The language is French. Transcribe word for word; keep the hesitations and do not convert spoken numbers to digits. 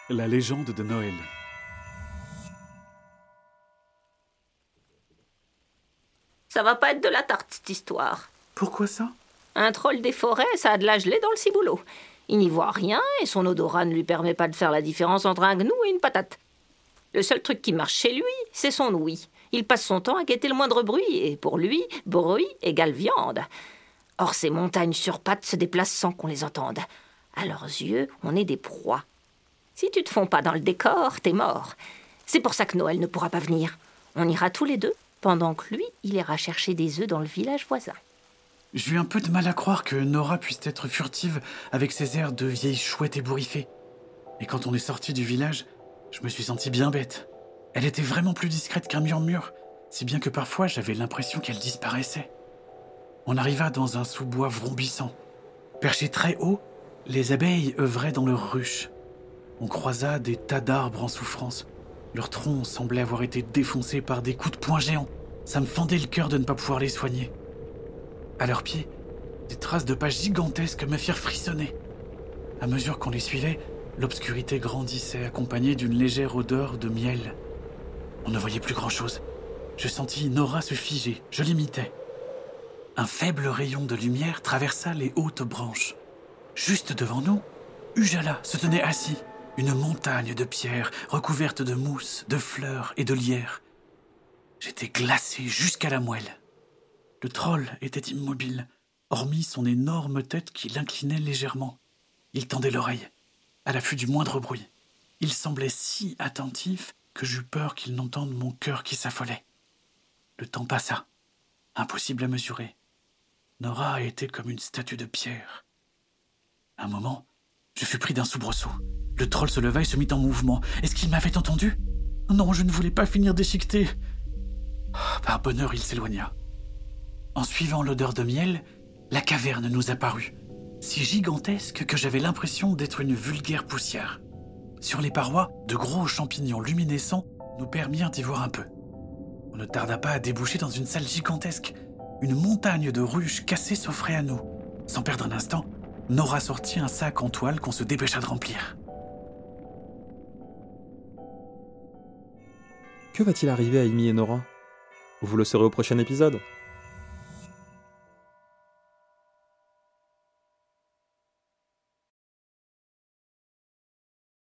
La légende de Noël. Ça va pas être de la tarte, cette histoire. Pourquoi ça? Un troll des forêts, ça a de la gelée dans le ciboulot. Il n'y voit rien et son odorat ne lui permet pas de faire la différence entre un gnou et une patate. Le seul truc qui marche chez lui, c'est son ouïe. Il passe son temps à guetter le moindre bruit et pour lui, bruit égale viande. Or, ces montagnes sur pattes se déplacent sans qu'on les entende. À leurs yeux, on est des proies. Si tu te fonds pas dans le décor, t'es mort. C'est pour ça que Noël ne pourra pas venir. On ira tous les deux, pendant que lui, il ira chercher des œufs dans le village voisin. J'ai eu un peu de mal à croire que Nora puisse être furtive avec ses airs de vieille chouette ébouriffée. Et quand on est sorti du village, je me suis senti bien bête. Elle était vraiment plus discrète qu'un murmure, si bien que parfois j'avais l'impression qu'elle disparaissait. On arriva dans un sous-bois vrombissant. Perchés très haut, les abeilles œuvraient dans leurs ruches. On croisa des tas d'arbres en souffrance. Leurs troncs semblaient avoir été défoncés par des coups de poing géants. Ça me fendait le cœur de ne pas pouvoir les soigner. À leurs pieds, des traces de pas gigantesques me firent frissonner. À mesure qu'on les suivait, l'obscurité grandissait, accompagnée d'une légère odeur de miel. On ne voyait plus grand-chose. Je sentis Nora se figer, je l'imitais. Un faible rayon de lumière traversa les hautes branches. Juste devant nous, Ujala se tenait assis, une montagne de pierres recouverte de mousse, de fleurs et de lierre. J'étais glacé jusqu'à la moelle. Le troll était immobile, hormis son énorme tête qui l'inclinait légèrement. Il tendait l'oreille, à l'affût du moindre bruit. Il semblait si attentif que j'eus peur qu'il n'entende mon cœur qui s'affolait. Le temps passa, impossible à mesurer. Nora était comme une statue de pierre. Un moment, je fus pris d'un soubresaut. Le troll se leva et se mit en mouvement. Est-ce qu'il m'avait entendu? Non, je ne voulais pas finir déchiqueté. Par bonheur, il s'éloigna. En suivant l'odeur de miel, la caverne nous apparut, si gigantesque que j'avais l'impression d'être une vulgaire poussière. Sur les parois, de gros champignons luminescents nous permirent d'y voir un peu. On ne tarda pas à déboucher dans une salle gigantesque. Une montagne de ruches cassées s'offrait à nous. Sans perdre un instant, Nora sortit un sac en toile qu'on se dépêcha de remplir. Que va-t-il arriver à Amy et Nora? Vous le saurez au prochain épisode.